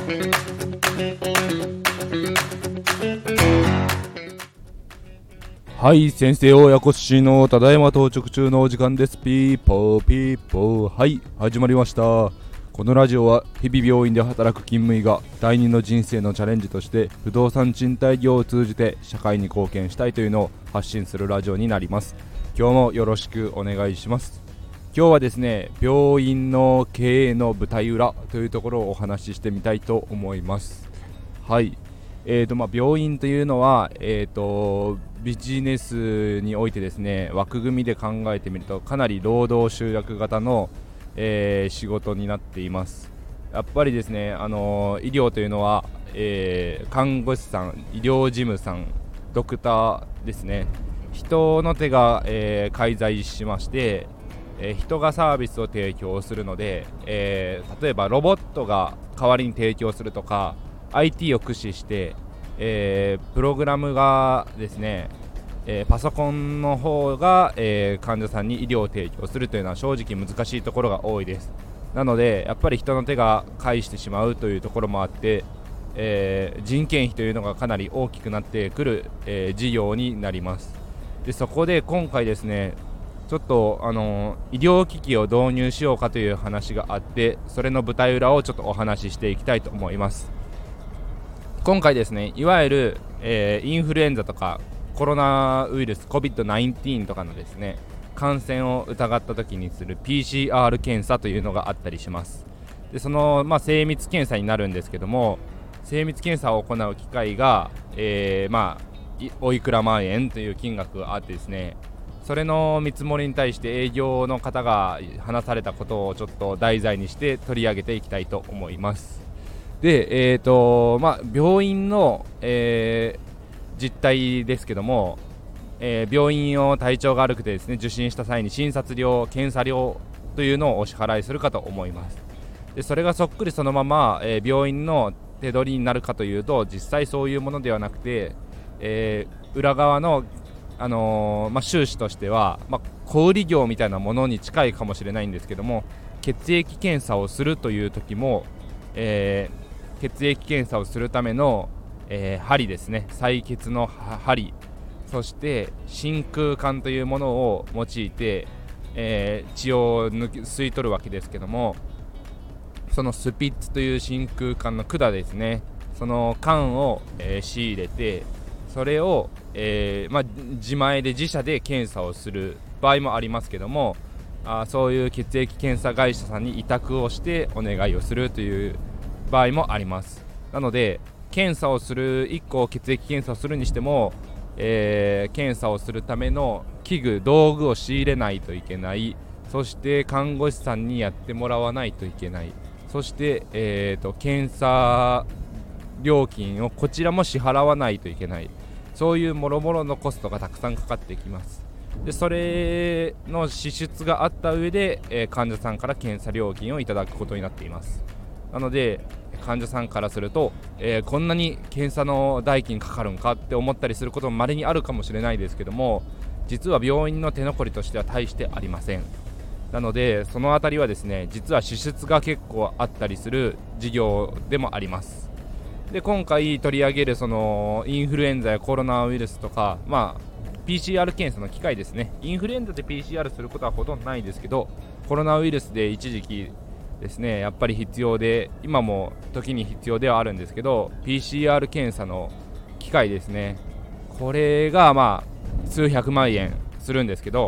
はい、先生親子氏のただいま到着中のお時間です。ピーポーピーポー。はい、始まりました。このラジオは日々病院で働く勤務医が第二の人生のチャレンジとして不動産賃貸業を通じて社会に貢献したいというのを発信するラジオになります。今日もよろしくお願いします。今日はですね、病院の経営の舞台裏というところをお話ししてみたいと思います。はい、病院というのは、ビジネスにおいてですね、枠組みで考えてみるとかなり労働集約型の、仕事になっています。やっぱりですね、医療というのは、看護師さん、医療事務さん、ドクターですね、人の手が、介在しまして、人がサービスを提供するので、例えばロボットが代わりに提供するとか IT を駆使して、プログラムがですね、パソコンの方が、患者さんに医療を提供するというのは正直難しいところが多いです。なのでやっぱり人の手が介してしまうというところもあって、人件費というのがかなり大きくなってくる、事業になります。でそこで今回ですね、ちょっと医療機器を導入しようかという話があって、それの舞台裏をちょっとお話ししていきたいと思います。今回ですね、いわゆる、インフルエンザとかコロナウイルス COVID-19 とかのですね、感染を疑った時にする PCR 検査というのがあったりします。でその、精密検査になるんですけども、精密検査を行う機械が、おいくら万円という金額があってですね、それの見積もりに対して営業の方が話されたことをちょっと題材にして取り上げていきたいと思います。で、病院の、実態ですけども、病院を体調が悪くてですね、受診した際に診察料、検査料というのをお支払いするかと思います。でそれがそっくりそのまま、病院の手取りになるかというと、実際そういうものではなくて、裏側の収支としては、小売業みたいなものに近いかもしれないんですけども、血液検査をするという時も、血液検査をするための、針ですね、採血の針、そして真空管というものを用いて、血を吸い取るわけですけども、そのスピッツという真空管の管ですね、その管を、仕入れて、それを、自前で自社で検査をする場合もありますけども、そういう血液検査会社さんに委託をしてお願いをするという場合もあります。なので検査をする、1個血液検査をするにしても、検査をするための器具道具を仕入れないといけない、そして看護師さんにやってもらわないといけない、そして、検査料金をこちらも支払わないといけない、そういうもろもろのコストがたくさんかかってきます。でそれの支出があった上で、患者さんから検査料金をいただくことになっています。なので患者さんからすると、こんなに検査の代金かかるんかって思ったりすることも稀にあるかもしれないですけども、実は病院の手残りとしては大してありません。なのでそのあたりはですね、実は支出が結構あったりする事業でもあります。で今回取り上げるそのインフルエンザやコロナウイルスとか、PCR 検査の機械ですね。インフルエンザで PCR することはほとんどないですけど、コロナウイルスで一時期ですね、やっぱり必要で、今も時に必要ではあるんですけど、 PCR 検査の機械ですね、これが数百万円するんですけど、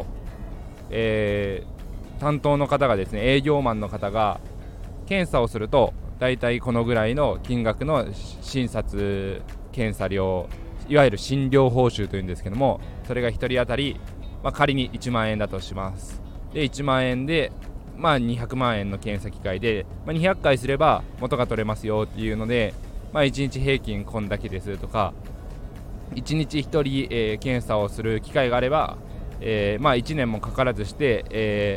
担当の方がですね、営業マンの方が検査をするとだいたいこのぐらいの金額の診察検査料、いわゆる診療報酬というんですけども、それが1人当たり、仮に1万円だとします。で1万円で、200万円の検査機械で、200回すれば元が取れますよっていうので、1日平均こんだけですとか、1日1人、検査をする機会があれば、1年もかからずして、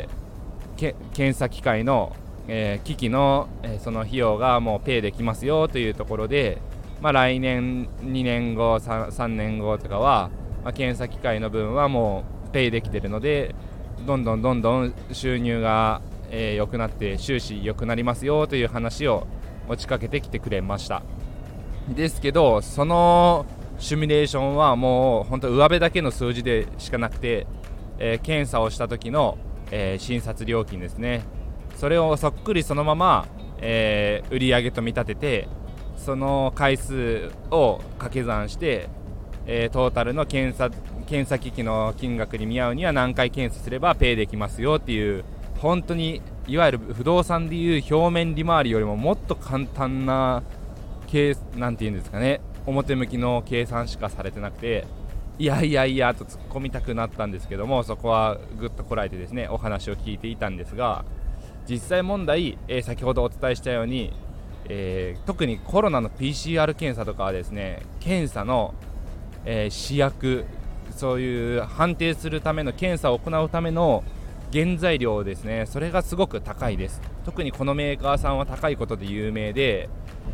検査機械の、機器の、その費用がもうペイできますよというところで、来年2年後 3年後とかは、検査機械の分はもうペイできているので、どんどん収入が良くなって収支良くなりますよという話を持ちかけてきてくれました。ですけど、そのシミュレーションはもう本当上辺だけの数字でしかなくて、検査をした時の、診察料金ですね、それをそっくりそのまま、売上と見立てて、その回数を掛け算して、トータルの検査機器の金額に見合うには何回検査すればペイできますよっていう、本当にいわゆる不動産でいう表面利回りよりももっと簡単ななんていうんですかね、表向きの計算しかされてなくて、いやいやいやと突っ込みたくなったんですけども、そこはぐっとこらえてですねお話を聞いていたんですが、実際問題、先ほどお伝えしたように、特にコロナの PCR 検査とかはですね、検査の、試薬、そういう判定するための検査を行うための原材料ですね、それがすごく高いです。特にこのメーカーさんは高いことで有名で、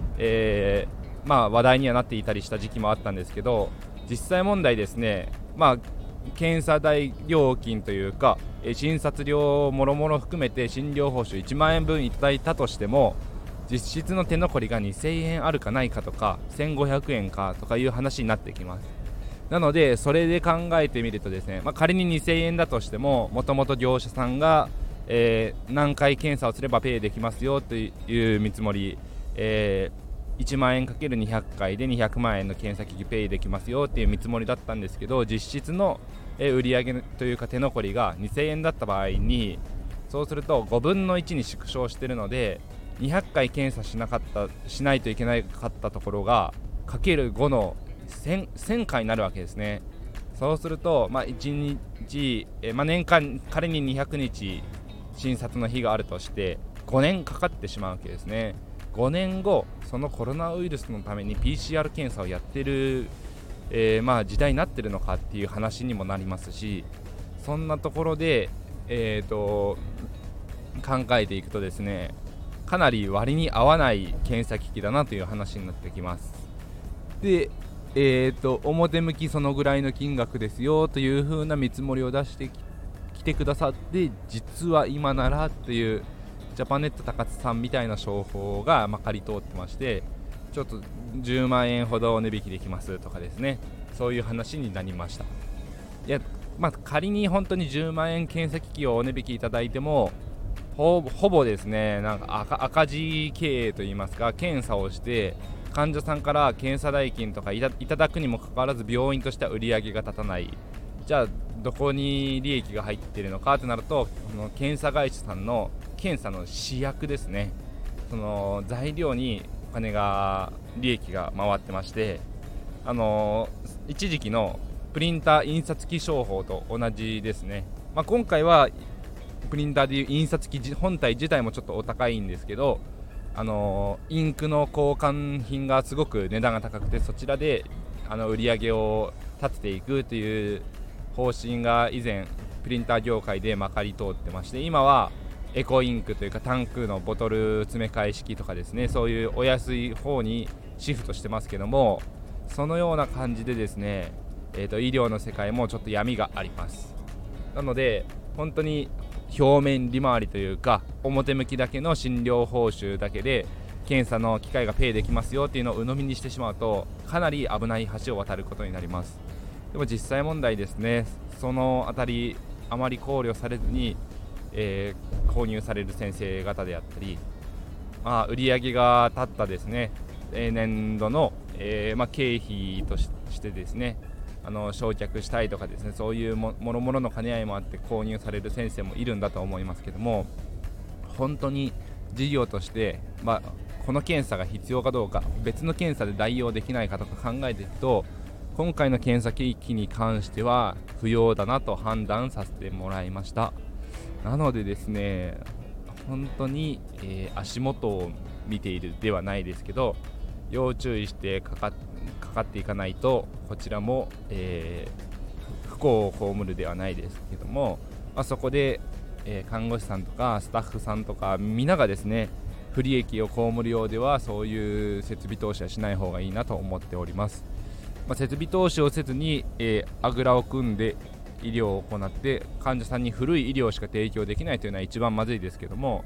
話題にはなっていたりした時期もあったんですけど、実際問題ですね、検査代料金というか、診察料もろもろ含めて診療報酬1万円分いただいたとしても、実質の手残りが2000円あるかないかとか1500円かとかいう話になってきます。なのでそれで考えてみるとですね、仮に2000円だとしても、もともと業者さんが、何回検査をすればペイできますよという見積もり、1万円 ×200 回で200万円の検査機器ペイできますよっていう見積もりだったんですけど、実質の売上というか手残りが2000円だった場合に、そうすると5分の1に縮小しているので、200回検査しないといけなかったところがかける5の 1000回になるわけですね。そうすると、1日、年間仮に200日診察の日があるとして5年かかってしまうわけですね。5年後、そのコロナウイルスのために PCR 検査をやってる、時代になってるのかっていう話にもなりますし、そんなところで、考えていくとですね、かなり割に合わない検査機器だなという話になってきます。で、表向きそのぐらいの金額ですよという風な見積もりを出してきてくださって、実は今ならっていうジャパネット高津さんみたいな商法がまかり通ってまして、ちょっと10万円ほど値引きできますとかですね、そういう話になりました。いや、仮に本当に10万円検査機器をお値引きいただいても、ほぼですね、なんか赤字経営といいますか、検査をして患者さんから検査代金とかいただくにもかかわらず病院としては売り上げが立たない。じゃあどこに利益が入っているのかとなると、この検査会社さんの検査の試薬ですね、その材料にお金が利益が回ってまして、一時期のプリンター印刷機商法と同じですね。今回はプリンターでいう印刷機本体自体もちょっとお高いんですけど、インクの交換品がすごく値段が高くて、そちらで売り上げを立てていくという方針が以前プリンター業界でまかり通ってまして、今はエコインクというかタンクのボトル詰め替え式とかですね、そういうお安い方にシフトしてますけども、そのような感じでですね、医療の世界もちょっと闇があります。なので本当に表面利回りというか、表向きだけの診療報酬だけで検査の機会がペイできますよっていうのを鵜呑みにしてしまうと、かなり危ない橋を渡ることになります。でも実際問題ですね、そのあたりあまり考慮されずに、購入される先生方であったり、売上が立ったですね、年度の、経費としてですね、焼却したいとかですね、そういうもろもろの兼ね合いもあって購入される先生もいるんだと思いますけども、本当に事業として、この検査が必要かどうか、別の検査で代用できないかとか考えていくと、今回の検査機器に関しては不要だなと判断させてもらいました。なのでですね、本当に、足元を見ているではないですけど、要注意してかかっていかないと、こちらも、不幸を被るではないですけども、そこで、看護師さんとかスタッフさんとか皆がですね、不利益を被るようではそういう設備投資はしない方がいいなと思っております。設備投資をせずに、あぐらを組んで医療を行って患者さんに古い医療しか提供できないというのは一番まずいですけども、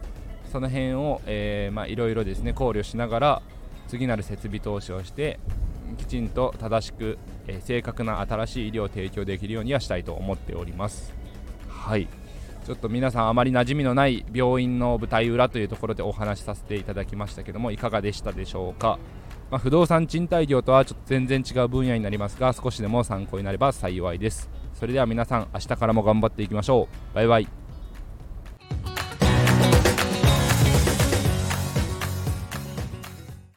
その辺をいろいろですね考慮しながら次なる設備投資をしてきちんと正しく、正確な新しい医療を提供できるようにはしたいと思っております。はい、ちょっと皆さんあまり馴染みのない病院の舞台裏というところでお話しさせていただきましたけども、いかがでしたでしょうか。不動産賃貸業とはちょっと全然違う分野になりますが、少しでも参考になれば幸いです。それでは皆さん、明日からも頑張っていきましょう。バイバイ。